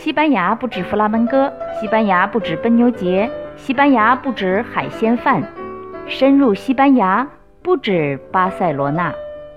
西班牙不止弗拉门戈，西班牙不止奔牛节，西班牙不止海鲜饭，深入西班牙不止巴塞罗那。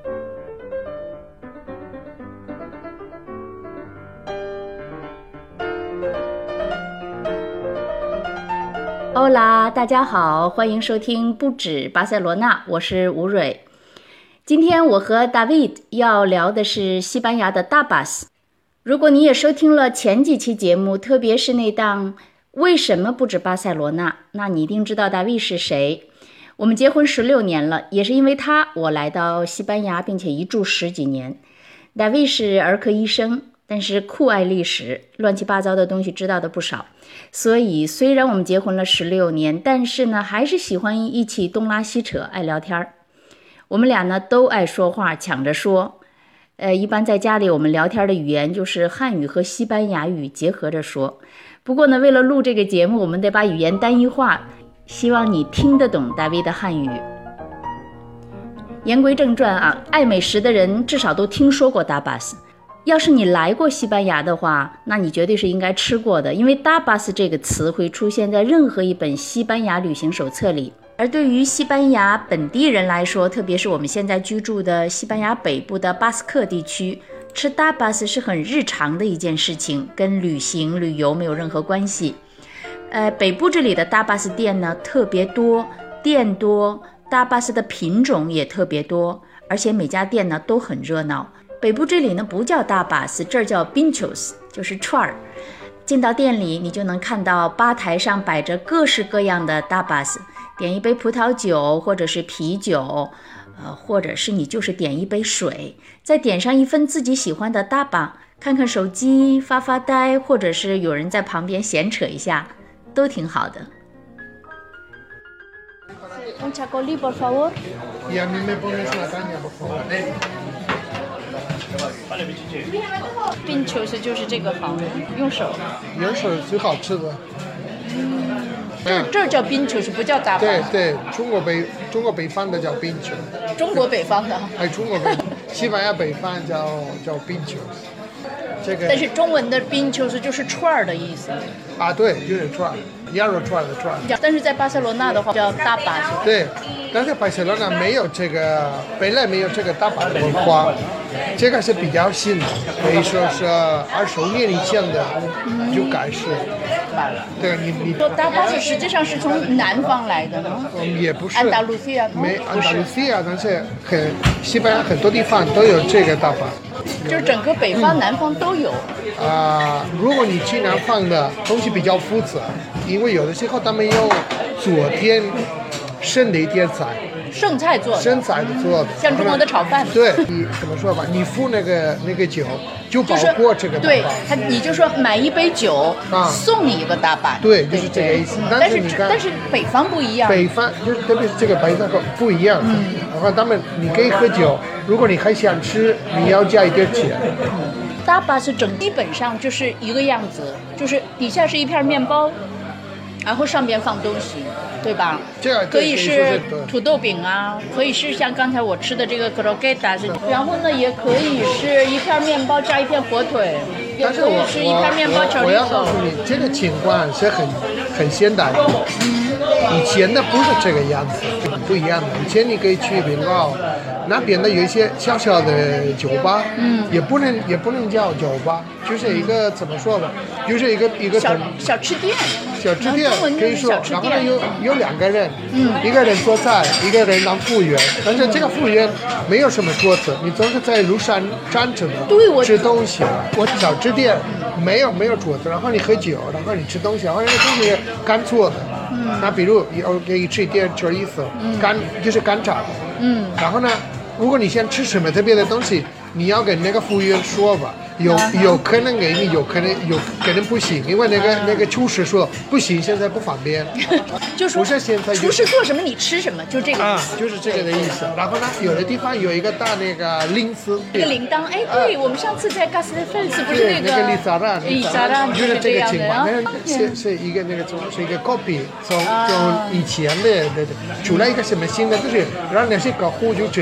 欧啦，大家好，欢迎收听不止巴塞罗那，我是吴蕊。今天我和 David 要聊的是西班牙的 tapas。如果你也收听了前几期节目，特别是那档为什么不止巴塞罗那，那你一定知道 David 是谁。我们结婚16年了，也是因为他，我来到西班牙并且一住10几年。David 是儿科医生，但是酷爱历史，乱七八糟的东西知道的不少。所以虽然我们结婚了16年，但是呢还是喜欢一起东拉西扯，爱聊天。我们俩呢都爱说话，抢着说。一般在家里我们聊天的语言就是汉语和西班牙语结合着说。不过呢，为了录这个节目，我们得把语言单一化，希望你听得懂大卫的汉语。言归正传啊，爱美食的人至少都听说过 tapas。要是你来过西班牙的话，那你绝对是应该吃过的，因为 tapas 这个词会出现在任何一本西班牙旅行手册里。而对于西班牙本地人来说，特别是我们现在居住的西班牙北部的巴斯克地区，吃 tapas 是很日常的一件事情，跟旅行旅游没有任何关系。北部这里的 tapas 店呢特别多，店多， tapas 的品种也特别多，而且每家店呢都很热闹。北部这里呢不叫 tapas， 这儿叫 pinchos， 就是串儿。进到店里，你就能看到吧台上摆着各式各样的 tapas， 点一杯葡萄酒或者是啤酒，或者是你就是点一杯水，再点上一份自己喜欢的 tapa， 看看手机发发呆，或者是有人在旁边闲扯一下，都挺好的。Un chacolí, por favor. Y a mí me pones una caña, por favor. Pinchos 就是这个好，用手是最好吃的。 这叫 pinchos， 不叫 tapas。 对对，中国北方的叫 pinchos。 中国北方的。 还有中国西班牙北方叫 pinchos。这个。 但是中文的 pinchos 就是串儿的意思。 啊，对，就是串，羊肉串的串。 但是在巴塞罗那的话叫 tapas。 对，但是巴塞罗那没有这个，本来没有这个tapas文化。这个是比较新的，可以说是25年以前的就开始。对，你说 tapas 实际上是从南方来的呢？ 也不是， 安达卢西亚， 没安达卢西亚，但是西班牙很多地方都有这个tapas。 就是整个北方、南方都有。 如果你去南方的东西比较复杂，因为有的时候他们用昨天剩的一点菜。 剩菜做的， 剩菜的做的， 像中国的炒饭。 对，你怎么说吧？你付那个酒，就包括这个。 对，你就说买一杯酒，送你一个tapas。 对，就是这个意思。 但是北方不一样。 北方就是特别是这个北方不一样。然后他们你可以喝酒，如果你还想吃，你要加一点钱。 tapas 基本上就是一个样子，就是底下是一片面包，然后上边放东西。对吧？可以是土豆饼啊，可以是像刚才我吃的这个 croquetas， 然后呢，也可以是一片面包加一片火腿，也可以是一片面包炒我要告诉你，这个情况是很现代的。以前的不是这个样子，不一样的。以前你可以去比如那边的有一些小小的酒吧，也不能叫酒吧，就是一个怎么说吧，就是一个小吃店。 小吃店可以说，然后呢有2个人，一个人做菜，一个人当服务员，但是这个服务员没有什么桌子，你总是在路上站着的吃东西。小吃店没有桌子，然后你喝酒，然后你吃东西，然后那个东西干做的，那比如我给你吃一点chorizo，就是干炒的，然后呢，如果你想吃什么特别的东西，你要跟那个服务员说吧。有可能给你，有可能不行，因为那个厨师说不行，现在不方便。 就说厨师做什么你吃什么，就这个就是这个的意思。然后呢，有的地方有一个大那个铃子， 那个铃铛，哎，对，我们上次在 Castelldefels 不是那个丽萨拉，就是这个情况，是一个那个是一个 copy， 从以前的出来一个什么新的，就是让那些客户就知道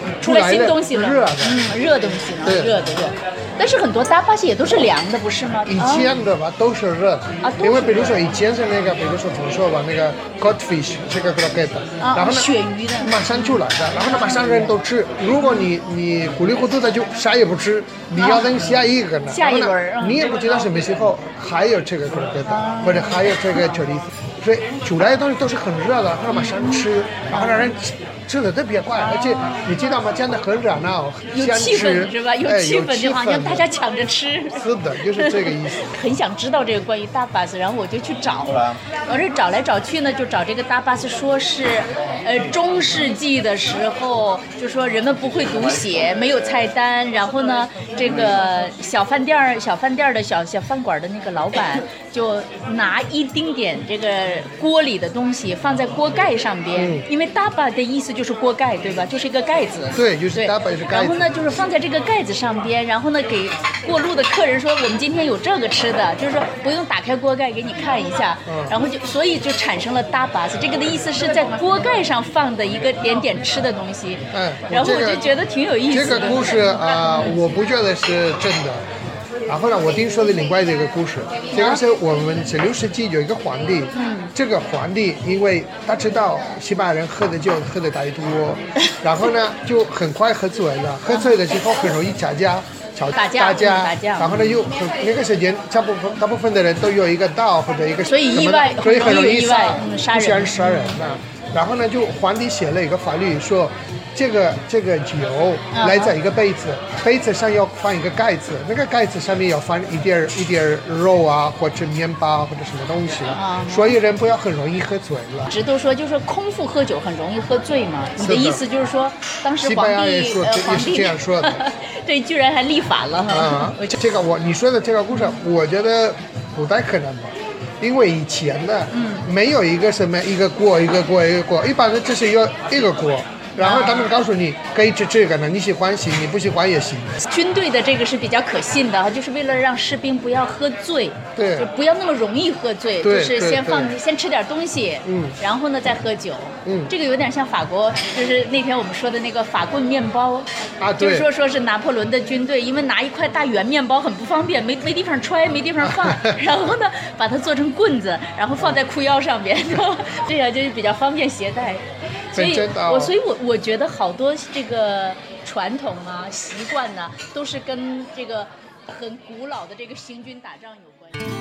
出来新东西了， 热的， 热东西了，热的。但是很多tapas也都是凉的，不是吗？ 以前的吧都是热的，因为比如说以前是那个，比如说怎么说吧，那个 codfish 这个 croqueta，然后呢鳕鱼的马上出来的，然后呢马上人都吃。如果你糊里糊涂的就啥也不吃，你要等下一个呢， 下一轮你也不知道什么时候还有这个 croqueta，或者还有这个 chorizo，所以出来的东西都是很热的，然后马上吃，然后让人吃的特别快，而且你知道吗？这样的很热闹， 有气氛是吧？有气氛就好像大家抢着吃。 是的，就是这个意思。 很想知道这个关于tapas，然后我就去找，我这找来找去呢，就找这个tapas，说是，中世纪的时候，就说人们不会读写，没有菜单，然后呢，这个小饭店的小饭馆的那个老板就拿一丁点这个锅里的东西放在锅盖上边，因为tapas的意思就是锅盖，对吧？就是一个盖子。 对，就是tapas是盖子。 然后呢，就是放在这个盖子上边，然后呢，给过路的客人说，我们今天有这个吃的，就是说不用打开锅盖给你看一下，然后所以就产生了tapas。这个的意思是在锅盖上放的一个点吃的东西。然后我就觉得挺有意思的。 这个故事我不觉得是真的。然后呢，我听说的另外一个故事，这个是我们16世纪有一个皇帝，这个皇帝因为他知道西班牙人喝的酒喝的太多，然后呢就很快喝醉了，喝醉了之后很容易打架，然后呢又那个时间大部分的人都有一个刀或者一个所以很容易杀人的。然后呢，就皇帝写了一个法律说，这个酒来在一个杯子，杯子上要放一个盖子，那个盖子上面要放一点肉啊，或者面包或者什么东西，所以人不要很容易喝醉了。 直都说就是空腹喝酒很容易喝醉嘛？你的意思就是说，当时皇帝也是这样说的， 对，居然还立法了这个你说的这个故事，我觉得不太可能吧。因为以前的没有一个什么一个锅，一般的只是有一个锅，然后他们告诉你可以吃这个呢，你喜欢行，你不喜欢也行。 军队的这个是比较可信的，就是为了让士兵不要喝醉， 对， 就不要那么容易喝醉，就是先吃点东西，然后呢再喝酒。这个有点像法国，就是那天我们说的那个法棍面包对， 就是说是拿破仑的军队，因为拿一块大圆面包很不方便，没地方揣，没地方放，然后呢把它做成棍子，然后放在裤腰上边，这样就是比较方便携带。所以我觉得好多这个传统啊、习惯呢，都是跟这个很古老的这个行军打仗有关系。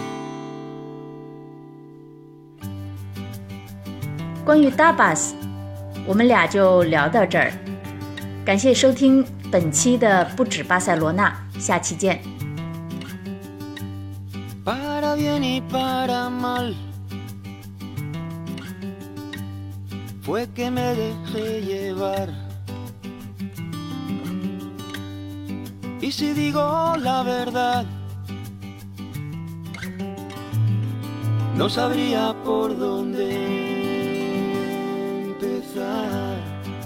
关于 tapas， 我们俩就聊到这儿。感谢收听本期的不止巴塞罗那，下期见。Para bien y para mal, fue que me dejé llevar. Y si digo la verdad, no sabría por dónde empezar.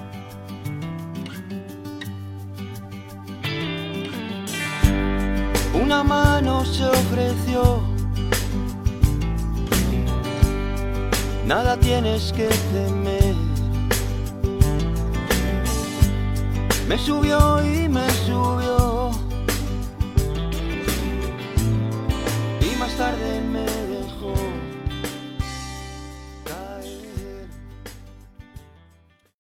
Una mano se ofreció, nada tienes que temer. Me subió y me subió